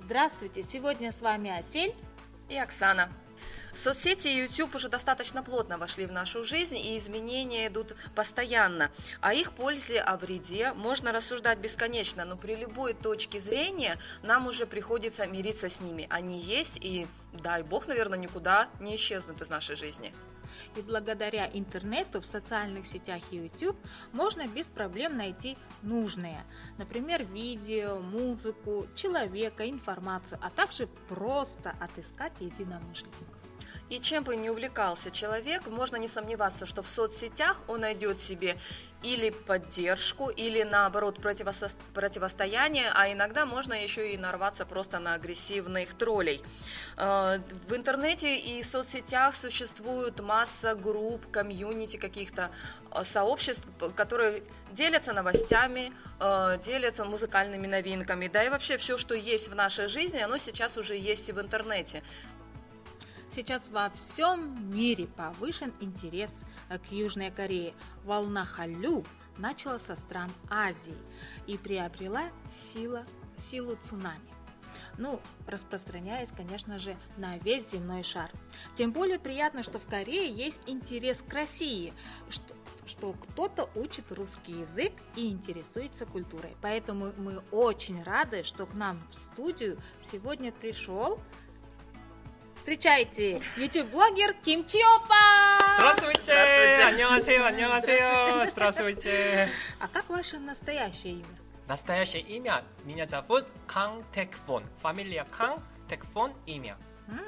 Здравствуйте, сегодня с вами Асель и Оксана. Соцсети и YouTube уже достаточно плотно вошли в нашу жизнь, и изменения идут постоянно. О их пользе, о вреде можно рассуждать бесконечно, но при любой точке зрения нам уже приходится мириться с ними. Они есть, и, дай бог, наверное, никуда не исчезнут из нашей жизни. И благодаря интернету в социальных сетях и YouTube можно без проблем найти нужное. Например, видео, музыку, человека, информацию, а также просто отыскать единомышленников. И чем бы ни увлекался человек, можно не сомневаться, что в соцсетях он найдет себе или поддержку, или наоборот противостояние, а иногда можно еще и нарваться просто на агрессивных троллей. В интернете и соцсетях существует масса групп, комьюнити, каких-то сообществ, которые делятся новостями, делятся музыкальными новинками, да и вообще все, что есть в нашей жизни, оно сейчас уже есть и в интернете. Сейчас во всем мире повышен интерес к Южной Корее. Волна Халлю начала со стран Азии и приобрела силу цунами. Распространяясь, конечно же, на весь земной шар. Тем более приятно, что в Корее есть интерес к России, что кто-то учит русский язык и интересуется культурой. Поэтому мы очень рады, что к нам в студию сегодня пришел. Встречайте, YouTube-блогер Кимчи Опа! Здравствуйте! 안녕하세요. Здравствуйте! А как ваше настоящее имя? Настоящее имя меня зовут Кang Taekwon. Фамилия Кang, Taekwon имя.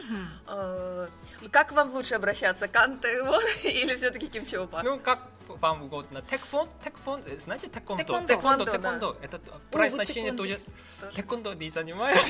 Как вам лучше обращаться, Кан Таэквон или все-таки Кимчи Опа? Как вам угодно. Taekwon, знаете тэквондо? Тэквондо. Это произношение тоже. Тэквондо не занимаюсь.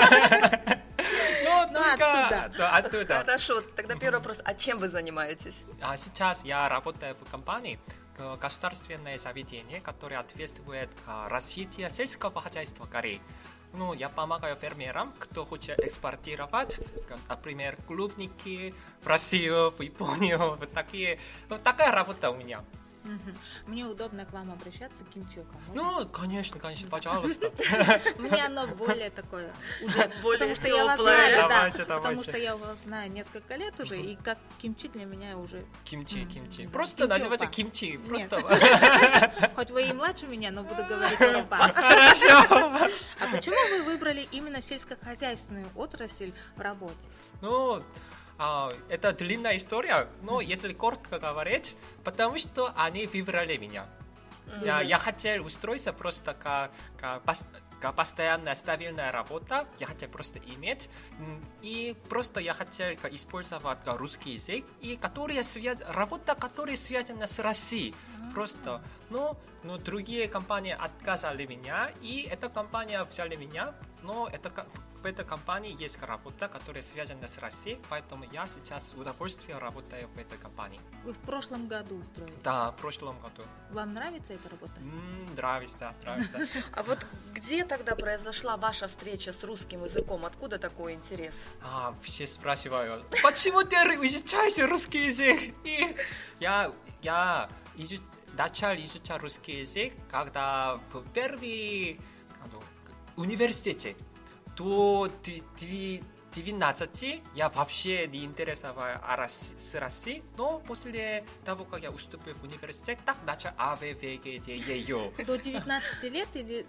Оттуда. Хорошо, тогда первый вопрос, а чем вы занимаетесь? Сейчас я работаю в компании, государственное заведение, которое ответствует за развитие сельского хозяйства Кореи. Я помогаю фермерам, кто хочет экспортировать, например, клубники в Россию, в Японию, такая работа у меня. Мне удобно к вам обращаться, Кимчи Опа. Конечно, пожалуйста. Мне оно более такое, уже, более потому что я вас знаю, Давайте. потому что я вас знаю несколько лет уже, и как Кимчи для меня уже... Кимчи. Просто называйте Кимчи. Просто. Хоть вы и младше меня, но буду говорить Опа. Хорошо. А почему вы выбрали именно сельскохозяйственную отрасль в работе? Это длинная история, но если коротко говорить, потому что они выбрали меня. Я хотел устроиться просто как постоянная стабильная работа, я хотел просто иметь, и просто я хотел использовать русский язык, и работа, которая связана с Россией. Просто, но другие компании отказали меня, и эта компания взяли меня, но в этой компании есть работа, которая связана с Россией, поэтому я сейчас с удовольствием работаю в этой компании. Вы в прошлом году устроились? Да, в прошлом году. Вам нравится эта работа? Нравится. А вот где тогда произошла ваша встреча с русским языком? Откуда такой интерес? Все спрашивают, почему ты изучаешь русский язык? И я начал изучать русский язык, когда в первом университете до 19 я вообще не интересовался с Россией, но после того, как я уступил в университет, так начал АВВГДЕЮ. До 19 лет или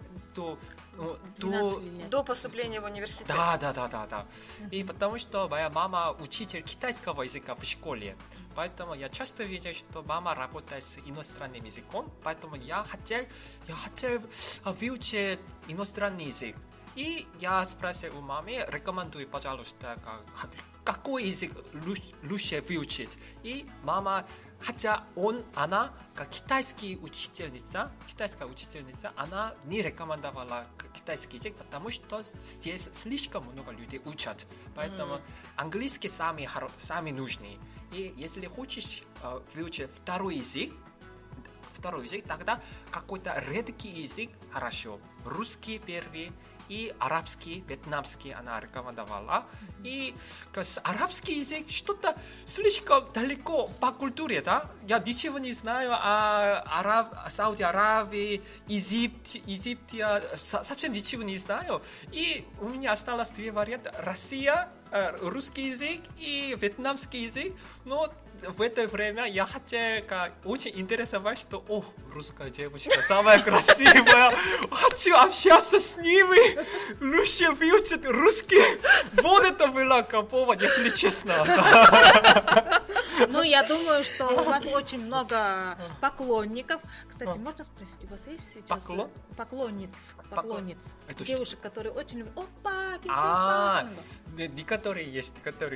до поступления в университет? Да. И потому что моя мама учитель китайского языка в школе. Поэтому я часто видел, что мама работает с иностранным языком, поэтому я хотел выучить иностранный язык. И я спросил у мамы, рекомендуй, пожалуйста, какой язык лучше выучить. И мама, хотя она как китайская учительница, она не рекомендовала китайский язык, потому что здесь слишком много людей учат. Поэтому английский самый нужный. И если хочешь выучить второй язык, тогда какой-то редкий язык хорошо. Русский первый и арабский, вьетнамский она рекомендовала. И арабский язык что-то слишком далеко по культуре, да? Я ничего не знаю о Сауди-Аравии, Египте, совсем ничего не знаю. И у меня осталось два варианта: Россия, русский язык и вьетнамский язык. Но в это время я хотел очень интересовать, что русская девушка самая красивая, хочу общаться с ними, лучше выучить русский. Вот это было повод, если честно. Ну, я думаю, что у вас очень много поклонников. Кстати, можно спросить, у вас есть сейчас поклонниц? Девушек, которые очень любят. Опа, некоторые есть.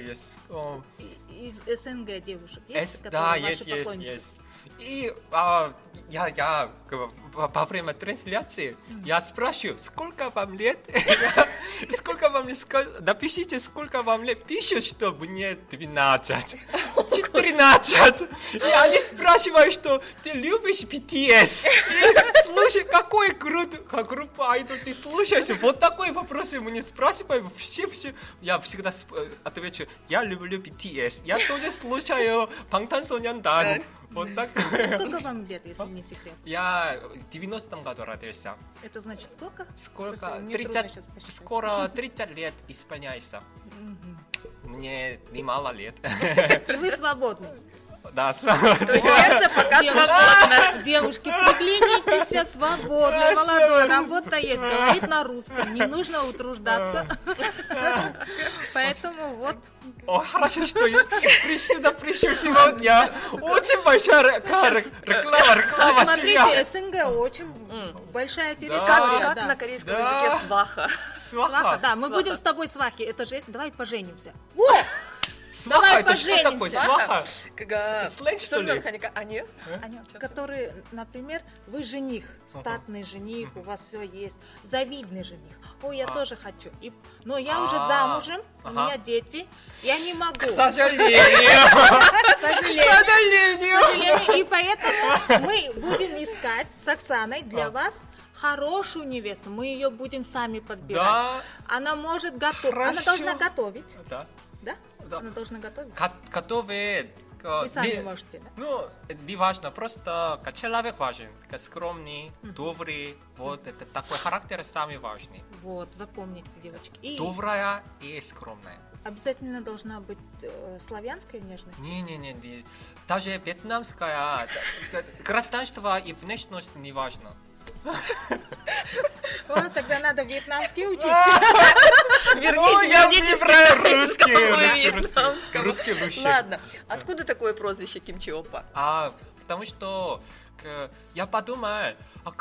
Из СНГ девушек есть, Да, которые ваши поклонницы? есть. И я во время трансляции я спрашиваю, сколько вам лет? Напишите, сколько вам лет. Пишут, что мне 12, 14. И они спрашивают, что ты любишь BTS. Слушай, какой группа айдол ты слушаешь? Вот такой вопрос мне спрашивают. Все. Я всегда отвечу, я люблю BTS. Я тоже слушаю Бангтансоняндан. Вот так. Сколько вам лет, если не секрет? Я в 90-м году родился. Это значит сколько? Скоро 30 лет исполняется. Мне немало лет. И вы свободны? Да, свободны. То есть сердце пока свободно. Девушки, приглянитесь, свободный, молодой, работа есть, говорит на русском, не нужно утруждаться. Поэтому вот. Хорошо, что я пришел сегодня. Очень большая реклама. Смотрите, СНГ очень большая территория. Как на корейском языке сваха? Сваха, да, мы будем с тобой свахи. Это же давай поженимся. Сваха, это что такое? Сваха? Сленг, что ли? Которые, например, вы жених, статный жених, у вас все есть, завидный жених. Я тоже хочу. Но я уже замужем, у меня дети, я не могу. К сожалению. И поэтому мы будем искать с Оксаной для вас хорошую невесту. Мы ее будем сами подбирать. Да. Она может готовить. Она должна готовить. Да. Да? Она должна готовить. Готовить. Вы сами можете, да? Ну, не важно, просто человек важен, скромный, добрый, вот это такой характер самый важный. Вот, запомните, девочки. Добрая и скромная. Обязательно должна быть славянская внешность? Не. Даже вьетнамская. Гражданство и внешность не важно. Тогда надо вьетнамский учить. Вернитесь к русский лучше. Ладно, откуда такое прозвище Кимчи Оппа? Потому что я подумал,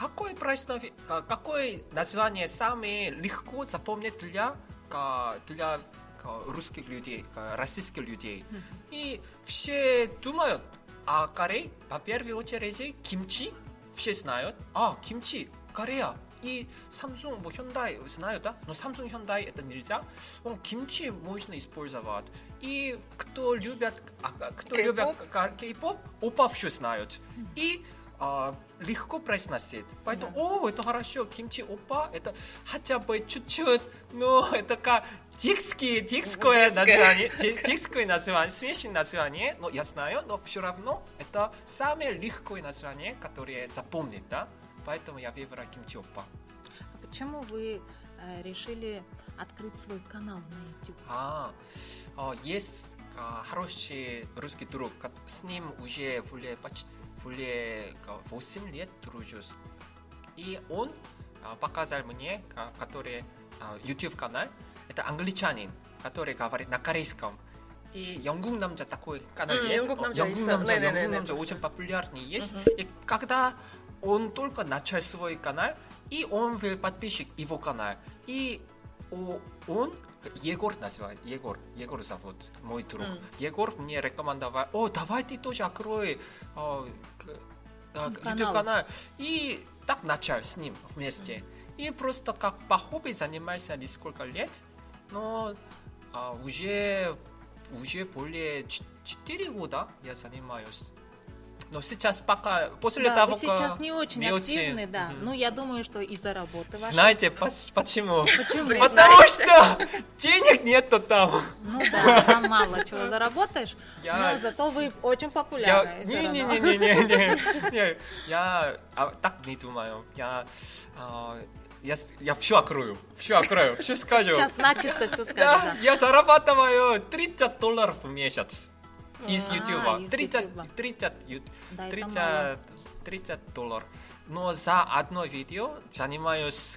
какое название самое легко запомнить для русских людей, российских людей. И все думают, Корее, по первой очереди, кимчи. Все знают, кимчи, Корея и Samsung, Hyundai знают, да? Но Samsung, Hyundai это нельзя. Кимчи можно использовать. И кто любит K-pop, опа все знают. И легко произносить. Поэтому, это хорошо, кимчи опа, это хотя бы чуть-чуть, но это как детское название, смешное название, но я знаю, но все равно это самое легкое название, которое запомнить, да? Поэтому я выбрал Кимчи Оппа. Почему вы решили открыть свой канал на YouTube? Есть хороший русский друг, с ним уже более 8 лет дружусь. И он показал мне, который YouTube канал, это англичанин, который говорит на корейском. И 영국 남자 такой канал есть. 영국 남자 очень популярный есть. И когда он только начал свой канал, и он был подписчик его канала. И он Егор называет. Егор зовут, мой друг. Егор мне рекомендовал, давай ты тоже открой YouTube канал. И так начал с ним вместе. И просто как по хобби занимался несколько лет. Но уже более 4 года я занимаюсь. Но сейчас пока, после Да, того, вы сейчас не очень активны, да. Мгм. Ну, я думаю, что из-за работы вашей. Знаете, почему? Почему? Потому что денег нету там. Ну да, там мало чего заработаешь, Я- но зато вы очень популярны. всё равно. Не, я так не думаю. Я все открою, все скажу. Сейчас начисто все скажу, Да, да. я зарабатываю $30 в месяц из А, YouTube. из 30, Ютуба. 30, Да, это 30, мало. $30. Но за одно видео занимаюсь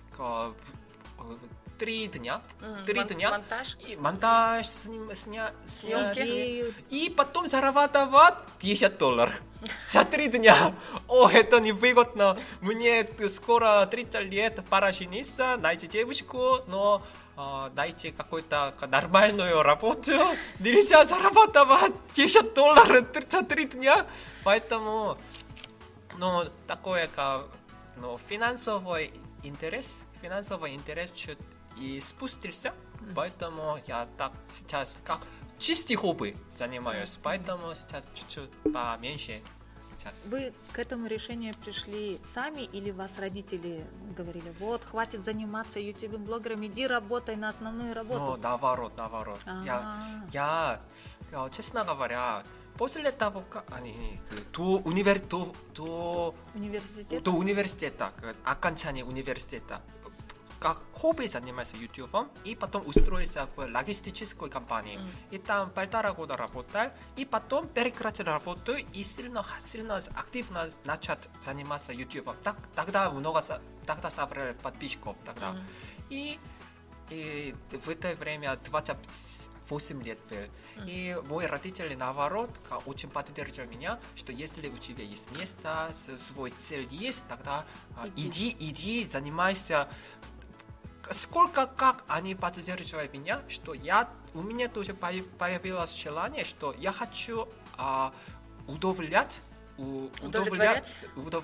3 дня. 3 дня. Монтаж. И монтаж, Съемки. и потом зарабатывать $10 за 3 дня. О, это невыгодно. Мне скоро 30 лет, пора жениться, найти девушку, но найти какую-то нормальную работу нельзя зарабатывать $10 за 3 дня. Поэтому, такое, финансовый интерес чуть и спустился. Поэтому я так сейчас как чистый хобби занимаюсь. Поэтому сейчас чуть-чуть поменьше сейчас. Вы к этому решению пришли сами или вас родители говорили, вот, хватит заниматься YouTube-блогером, иди работай на основную работу? наоборот. А. Я, честно говоря, после того, как до Университет? университета, окончания университета, как хобби занимался YouTube, и потом устроился в логистической компании. И там 1,5 года работал, и потом прекратил работу и сильно активно начал заниматься YouTube. Тогда собрал подписчиков. И в это время 28 лет был. И мои родители, наоборот, очень поддерживали меня, что если у тебя есть место, свой цель есть, тогда иди, занимайся. Сколько как они поддерживают меня, что у меня тоже появилось желание, что я хочу удовлетворять. Удивлять?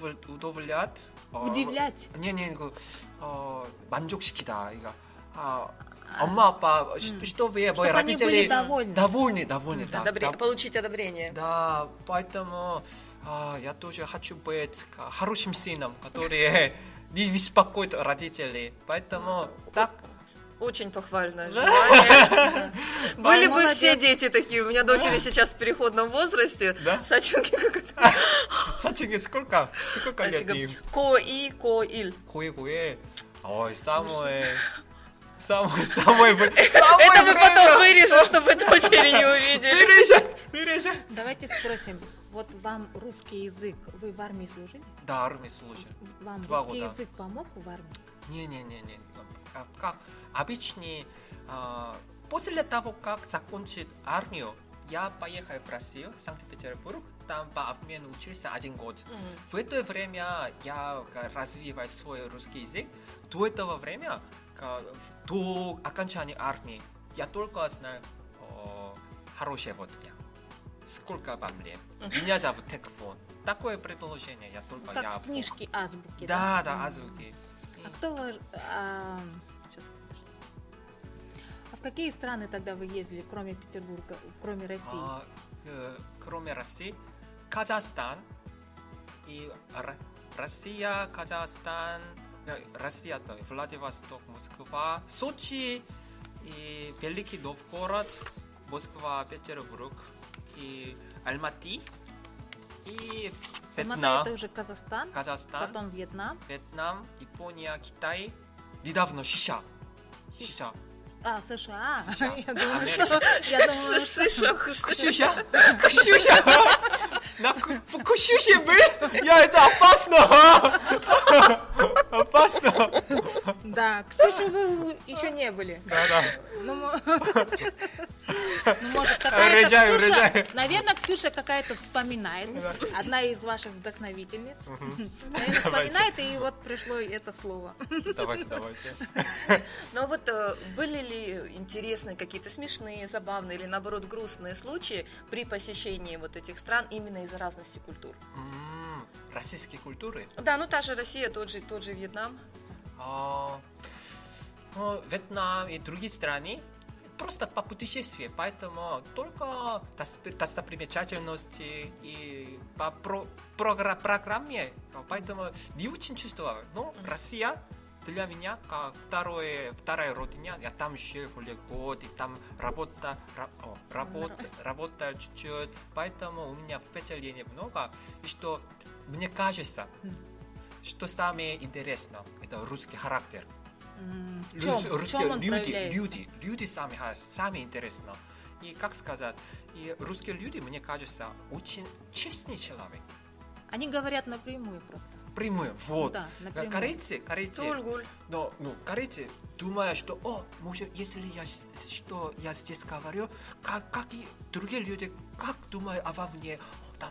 만족시키다. 엄마, 아빠, что вы, мои родители... довольны. Довольны, да. Получить одобрение. Да, поэтому я тоже хочу быть хорошим сыном, который не беспокоит родителей. Поэтому так... Очень похвальное желание. Были бы молодец. все дети такие. У меня дочери сейчас в переходном возрасте. Да? Сачунки как это? Сачунки сколько лет им? Коиль. Кое-кое. Ой, самое Это мы потом вырежем, чтобы дочери не увидели. Вырежет. Давайте спросим, вот вам русский язык, вы в армии служили? Да, армии служил. Вам 2 русский года. язык помог в армии? Не. Как обычный, после того, как закончил армию, я поехал в Россию, Санкт-Петербург, там по обмену учился 1 год. В это время я развивал свой русский язык. До этого времени, до окончания армии, я только знал хорошего дня. Сколько вам лет? Меня зовут Текфон. Такое предложение я только Как в книжке азбуки, Да, азбуки. А кто ваш... сейчас. А в какие страны тогда вы ездили, кроме Петербурга, кроме России? Кроме России, Казахстан и Россия, Казахстан, Россия, Владивосток, Москва, Сочи и Великий Новгород, Москва, Петербург и Алматы и Алматы Вьетнам. это уже Казахстан, потом Вьетнам, Япония, Китай. Недавно США. США. США. Я думаю, Ксюша. В Ксюше был? Это опасно. Опасно. Да, Ксюша вы еще не были. Да. Ну, может, какая-то Ксюша... Урежаю. Наверное, Ксюша какая-то вспоминает. Одна из ваших вдохновительниц. Наверное, вспоминает, и вот пришло это слово. Давайте. Но вот были ли интересные, какие-то смешные, забавные или, наоборот, грустные случаи при посещении вот этих стран именно из-за разности культур? Российские культуры? Да, та же Россия, тот же Вьетнам. Вьетнам и другие страны просто по путешествию, поэтому только достопримечательности и по программе, поэтому не очень чувствовал. Но Россия для меня как вторая родина, я там жил год, и там работал чуть-чуть, поэтому у меня впечатление много, и что мне кажется, что самое интересное, это русский характер. В чем он проявляется? Люди самые интересные. И как сказать, и русские люди, мне кажется, очень честный человек. Они говорят напрямую просто. Прямую, вот. Да, напрямую. Корейцы, Туль-гуль. но корейцы думают, что, может, если я здесь говорю, как и другие люди, как думают обо мне,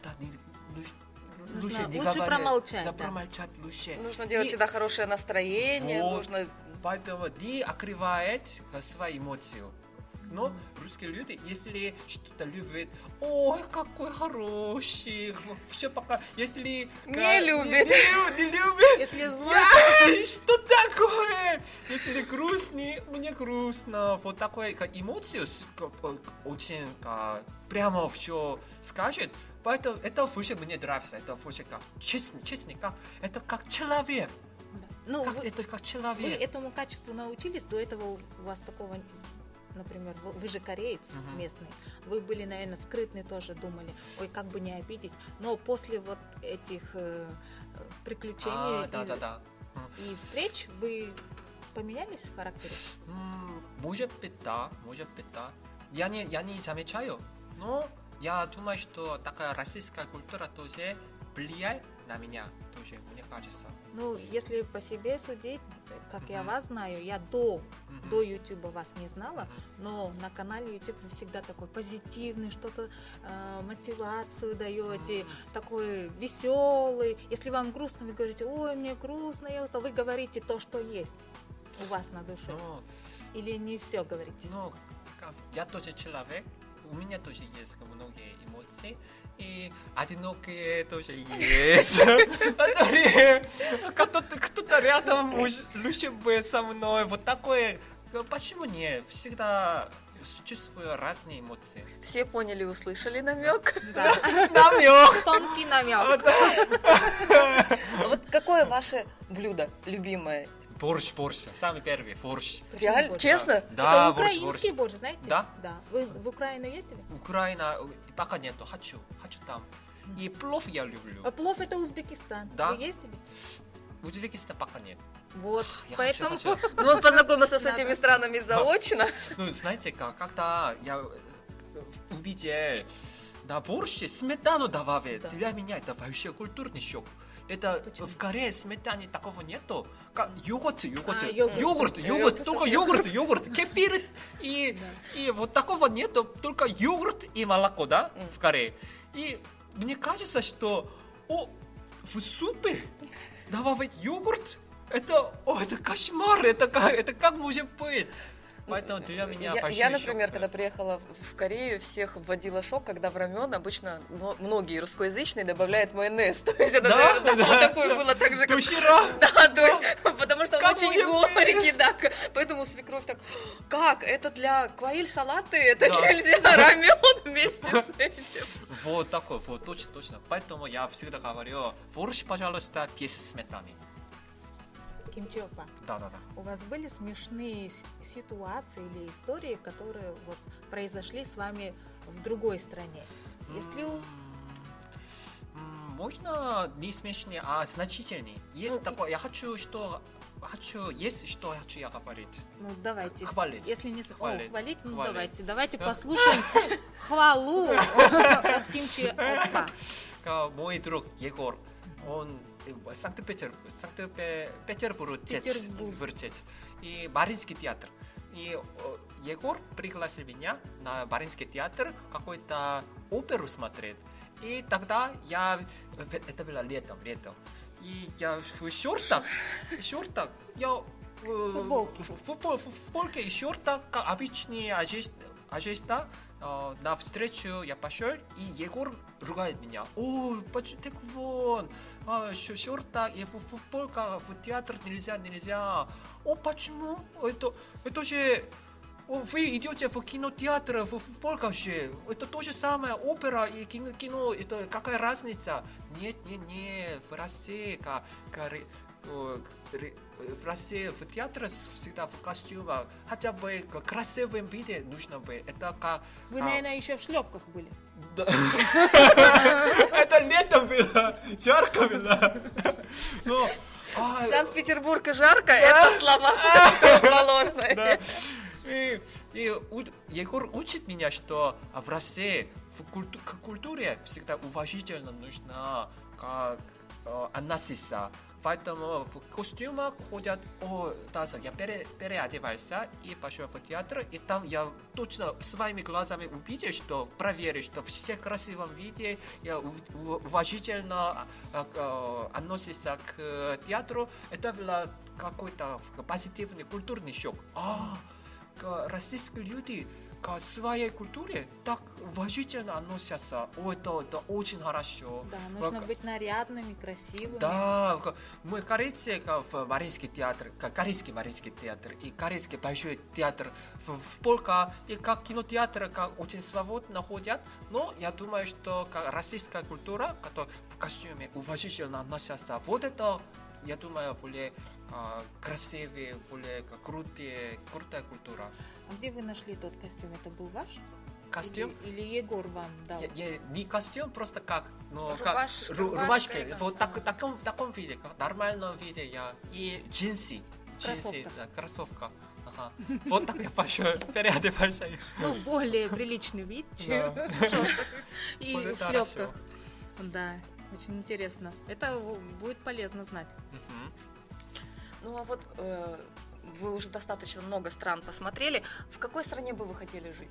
лучше промолчать. Да, промолчать лучше. Нужно делать всегда хорошее настроение, вот, нужно... Поэтому не окрывает свои эмоции. Но русские люди, если что-то любят, ой, какой хороший, все пока, если... Не любит. Не любит. Если злой, Что такое? Если грустный, мне грустно. Вот такой эмоцию очень прямо все скажет. Поэтому это вообще мне нравится. Это вообще как честный, это как человек. ну, Это как человек. вы этому качеству научились, до этого у вас такого, например, вы же кореец местный, вы были, наверное, скрытны тоже, думали, ой, как бы не обидеть, но после вот этих приключений и встреч вы поменялись в характере? Может быть, да. Я не замечаю, но я думаю, что такая российская культура тоже влияет на меня, тоже, мне кажется. Ну, если по себе судить, как я вас знаю, я до YouTube вас не знала, но на канале YouTube вы всегда такой позитивный, что-то мотивацию даете, такой веселый. Если вам грустно, вы говорите, ой, мне грустно, я устал. Вы говорите то, что есть у вас на душе. Или не все говорите? Ну, я тоже человек, у меня тоже есть многие эмоции, и одинокие тоже есть. Кто-то рядом лучше бы со мной. Вот такое. Почему нет? Всегда чувствую разные эмоции. Все поняли, услышали намек. Да. Намек! Тонкий намек. Вот какое ваше блюдо любимое? Борщ. Самый первый борщ. Реально? борщ? Честно? Да, Это украинский борщ, знаете? Да. Вы в Украину ездили? Украина пока нету. Хочу там. И плов я люблю. А плов это Узбекистан. Да. Вы ездили? Узбекистан пока нет. Вот, Я поэтому... хочу. Ну, он познакомился с этими странами заочно. Ну, знаете, когда я увидел борщ, сметану добавить, Да. для меня это вообще культурный шок. Это в Корее сметане такого нету. Как йогурт, только йогурт, кефир и вот такого нету, только йогурт и молоко, да, в Корее. И мне кажется, что в супе добавить йогурт, это кошмар, это как может быть? Поэтому для меня Я, например, когда приехала в Корею, всех вводила шок, когда в рамен обычно многие русскоязычные добавляют майонез. То есть это, наверное, такое было так же, как... Да, то есть, потому что он очень горький, да. Поэтому свекровь так, как? Это для кваиль-салаты? Это нельзя рамен вместе с этим. Вот такой, вот точно. Поэтому я всегда говорю, борщ, пожалуйста, без сметаны. Кимчи-опа. Да. У вас были смешные ситуации или истории, которые вот произошли с вами в другой стране? Если можно не смешные, а значительные. Есть такое. Я хочу я говорить. Ну, давайте. Хвалить. Если не Хвалить. хвалить, ну Хвалить. давайте послушаем хвалу от Кимчи-опа. Мой друг Егор, он Санкт-Петербург и Мариинский театр. И Егор пригласил меня на Мариинский театр какой-то оперу смотреть. И тогда это было летом. И я в шортах, я футболке и шортах, как обычные одежда. На встречу я пошел, и Егор ругает меня. Ой, так вон, шорта и футболка в театр нельзя. Почему? Это же вы идете в кинотеатр в Польше, это то же самое, опера и кино, это какая разница? Нет, в России, в России в театре всегда в костюмах, хотя бы в красивом виде нужно быть. Это как... Вы, наверное, еще в шлепках были. Да. Это летом было, жарко было. Санкт-Петербург и жарко, это слова противоположные. И Егор учит меня, что в России к культуре всегда уважительно нужно относиться. Поэтому в костюмах ходят, я переодевался и пошел в театр, и там я точно своими глазами увидел, что проверил, что все в красивом виде, я уважительно относился к театру. Это был какой-то позитивный культурный шок. Российские люди к своей культуре так уважительно относятся. Это очень хорошо. Да, нужно быть нарядными, красивыми. Да, мы корейцы в Мариинский театр, корейский Мариинский театр и корейский большой театр в Польше, и как кинотеатр очень свободно ходят. Но я думаю, что российская культура, которая в костюме уважительно относятся, вот это, я думаю, более красивее, более крутая культура. А где вы нашли тот костюм? Это был ваш? Костюм? Или Егор вам дал? Не костюм, просто как, рубашка. Вот в таком виде, как в нормальном виде я. И джинсы, кроссовка. Ага. Вот так я пошел, переодевался. Более приличный вид, чем и в шлепках. Да, очень интересно. Это будет полезно знать. Ну а вот вы уже достаточно много стран посмотрели. В какой стране бы вы хотели жить?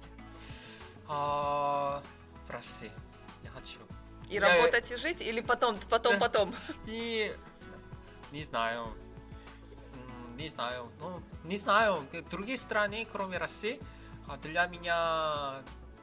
В России. Я хочу. И работать, и жить? Или потом? И не знаю. Не знаю. В другие страны, кроме России, для меня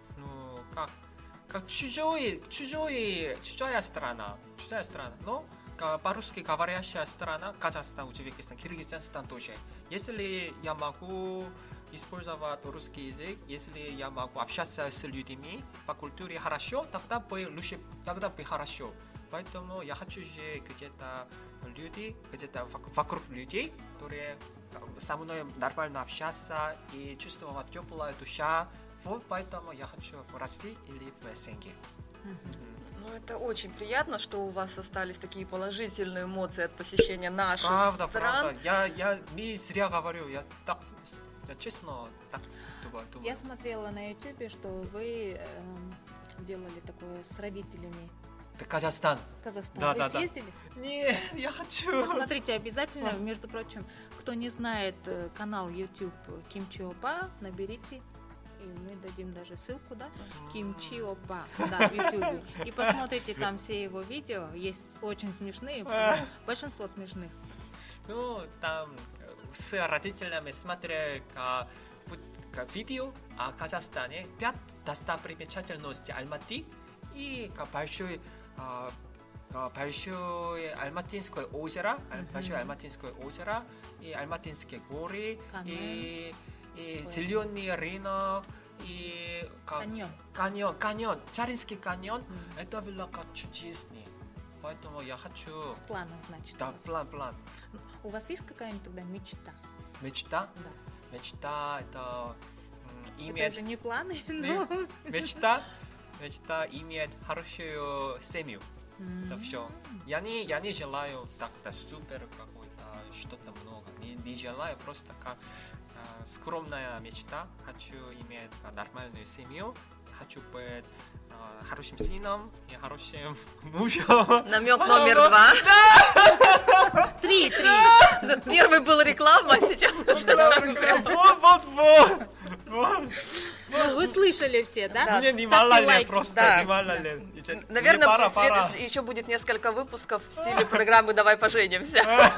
как чужая страна. Но по-русски говорящая страна, Казахстан, Узбекистан, Киргизстан тоже. Если я могу использовать русский язык, если я могу общаться с людьми по культуре хорошо, тогда будет хорошо. Поэтому я хочу жить где-то вокруг людей, которые со мной нормально общаться и чувствовать теплая душа. Вот поэтому я хочу в России или в СНГ. Ну, это очень приятно, что у вас остались такие положительные эмоции от посещения наших стран. Правда. Я не зря говорю, я честно так думаю. Я смотрела на YouTube, что вы делали такое с родителями. Казахстан. Вы съездили? Нет, я хочу. Посмотрите обязательно. Между прочим, кто не знает канал YouTube Кимчи Опа, наберите. И мы дадим даже ссылку, да? Кимчи Опа, да, в YouTube. И посмотрите там все его видео. Есть очень смешные, большинство смешных. Там с родителями смотрели видео о Казахстане, 5 достопримечательностей Алматы и большое Алматинское озеро, и Алматинские горы, и зеленый рынок, и каньон, Чаринский каньон. Это было как чудесный. Поэтому я хочу... В планах, значит. Да, план. У вас есть какая-нибудь тогда мечта? Мечта? Да. Мечта это иметь... Это же не планы, но... Мечта иметь хорошую семью. Это все. Я не желаю так-то супер какой-то что-то много. Не желаю, просто как скромная мечта. Хочу иметь нормальную семью. Хочу быть хорошим сыном и хорошим мужем. Намек номер 2. 3. Первый был реклама, а сейчас Вот. Ну, вы слышали все, да? Мне не мало лет просто, не мало лет. Наверное, еще будет несколько выпусков в стиле программы «Давай поженимся».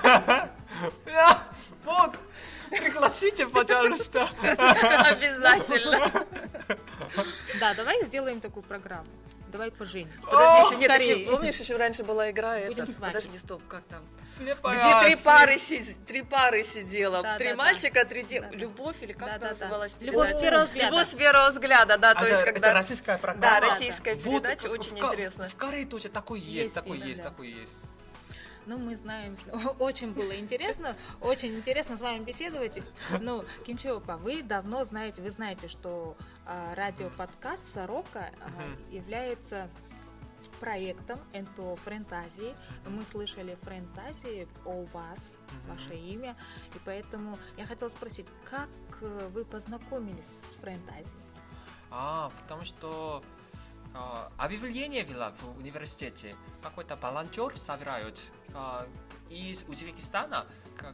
Вот, пригласите, пожалуйста. Обязательно. Да, давай сделаем такую программу. Давай поженимся. Подожди, еще нет, Скорее. еще, помнишь, еще раньше была игра Будем эта. свадьбы. Подожди, стоп, как там? Слепая. Где три пары сидело, Да, три да, мальчика, три девушки. Да, да. Любовь или как Да, это да, да. называлась? Любовь с передача? первого взгляда. Любовь с первого взгляда, да, то есть когда... Это российская программа. Да, Да, российская Вот, передача, очень интересно. В Корее тоже такой есть, Есть, такой да, есть, да. такой есть. Ну, мы знаем, что очень было интересно, очень интересно с вами беседовать. Ну, Ким Чо Опа, вы давно знаете, вы знаете, что радиоподкаст «Сорока» является проектом НПО «Френтазии». Мы слышали «Френтазии» о вас, ваше имя, и поэтому я хотела спросить, как вы познакомились с «Френтазией»? Потому что объявление вела в университете. Какой-то волонтер собирают из Узбекистана.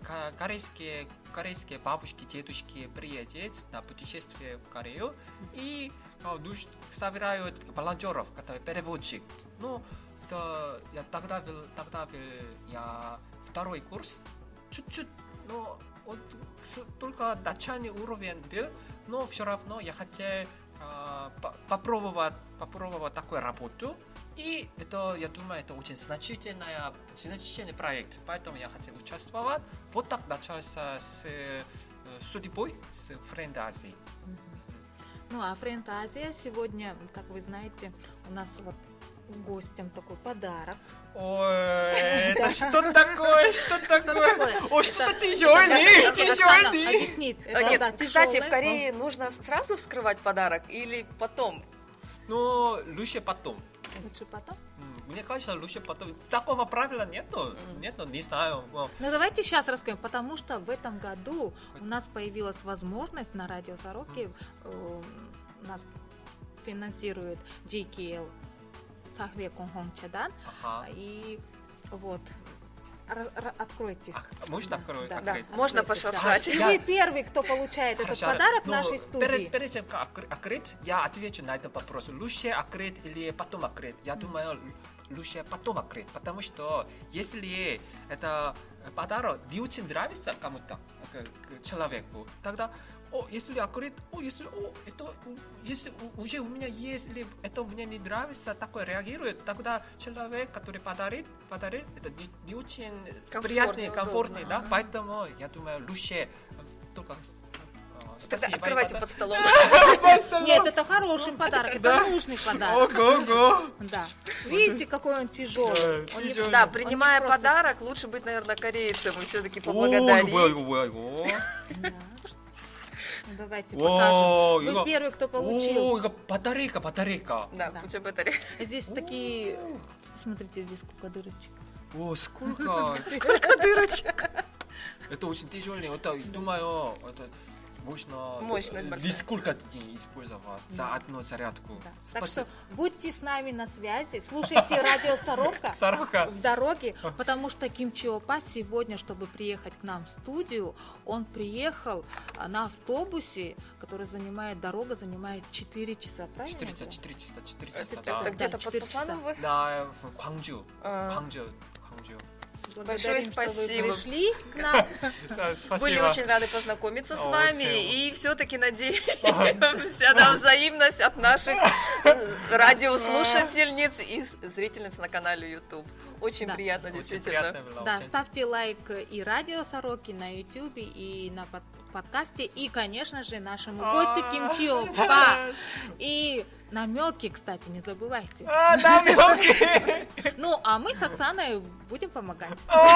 Корейские бабушки, дедушки приедут на путешествие в Корею и собирают волонтеров, которые переводчик. Ну, я тогда вел я второй курс, чуть-чуть, но только начальный уровень был, но все равно я хотел попробовать такую работу. И это, я думаю, это очень значительный проект, поэтому я хотел участвовать. Вот так начался с судьбой, с Френтазией. Ну, а «Френтазия» сегодня, как вы знаете, у нас вот гостям такой подарок. Ой, это что такое? Что такое? О, что Это тяжелый, Оксана тяжелый. объяснит. Это, Нет, да, кстати, тяжелое. в Корее нужно сразу вскрывать подарок или потом? Ну, лучше потом. Лучше потом. Мне кажется, лучше потом. Такого правила нету. Нету, не знаю. Ну, давайте сейчас расскажем, потому что в этом году у нас появилась возможность на радио «Сороки», нас финансирует JKL Сахве Конхон Чадан, Ага. и вот, откройте. Можно открыть? Да, Да, открыть? можно откройте, пошуршать. И вы первый, кто получает этот Хорошо, подарок в но нашей студии. Перед тем, как открыть, я отвечу на этот вопрос. Лучше открыть или потом открыть? Я думаю, лучше потом открыть, потому что если это подарок не очень нравится кому-то, к человеку, тогда если открыть, если уже у меня есть, или это мне не нравится, такое реагирует, тогда человек, который подарит, это не очень приятный, комфортный, да, поэтому я думаю, лучше только Тогда спасибо, открывайте и под столом. Нет, это хороший подарок, это нужный подарок. Ого-го! Да. Видите, какой он тяжелый. Да, Он не- тяжелый. Да, он не принимая просто- подарок, лучше быть, наверное, корейцем и все-таки поблагодарить. Да. Ну, давайте О, покажем. Вы иго- первый, кто О, получил. 이거 батарейка. Да, Да. куча батарей. Здесь такие... Смотрите, здесь сколько дырочек. О, сколько? Сколько дырочек. Это очень тяжелый. Это, думаю, это можно Мощность большая. несколько дней использовать за одну зарядку. Да. Так что будьте с нами на связи, слушайте радио «Сорока» Сорока. в дороге, потому что Ким Чо Опа сегодня, чтобы приехать к нам в студию, он приехал на автобусе, который дорога занимает 4 часа, правильно? 4 часа, Это да. где-то под 4 Пусаном вы? Да, в Gwangju. А. Gwangju. Благодарим, Большое что вы спасибо. пришли к нам. Да, спасибо. Были очень рады познакомиться с вами, Очень. и все-таки надеемся на взаимность от наших радиослушательниц и зрительниц на канале YouTube. Очень Да. приятно, Очень действительно. приятно было. Да, очень. ставьте лайк и радио «Сороки» на YouTube, и на подкасте, и, конечно же, нашему гостю Ким Чо Опа. И намеки, кстати, не забывайте. намеки! Ну, а мы с Оксаной будем помогать.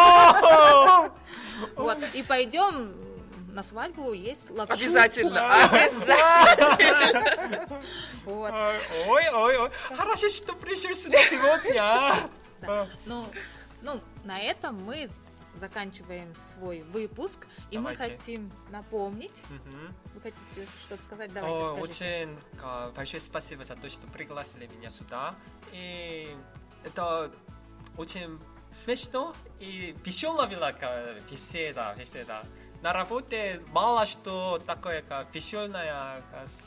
О! Вот. И пойдем на свадьбу есть лапшу. Обязательно, обязательно. Вот. Ой. Хорошо, что пришел сюда сегодня. Да. Ну, на этом мы заканчиваем свой выпуск, и мы Давайте. хотим напомнить. Мгм. Вы хотите что-то сказать? Давайте скажите. Очень большое спасибо за то, что пригласили меня сюда. И это очень смешно и веселая была беседа. На работе мало что такое, как веселая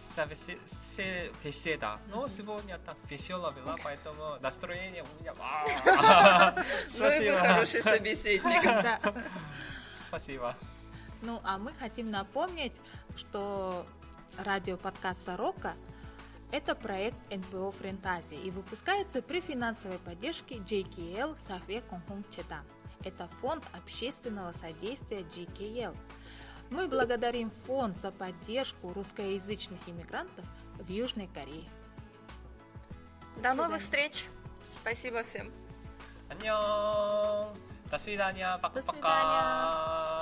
беседа. Но сегодня так весело было, поэтому настроение у меня... Ну и вы Спасибо. хороший собеседник. Да. Спасибо. Ну, а мы хотим напомнить, что радиоподкаст «Сорока» Это проект НПО Френтази и выпускается при финансовой поддержке JKL Сахве Конхум Чедан. Это фонд общественного содействия JKL. Мы благодарим фонд за поддержку русскоязычных иммигрантов в Южной Корее. До новых встреч. Спасибо всем. 안녕. До свидания. До свидания. Пока-пока.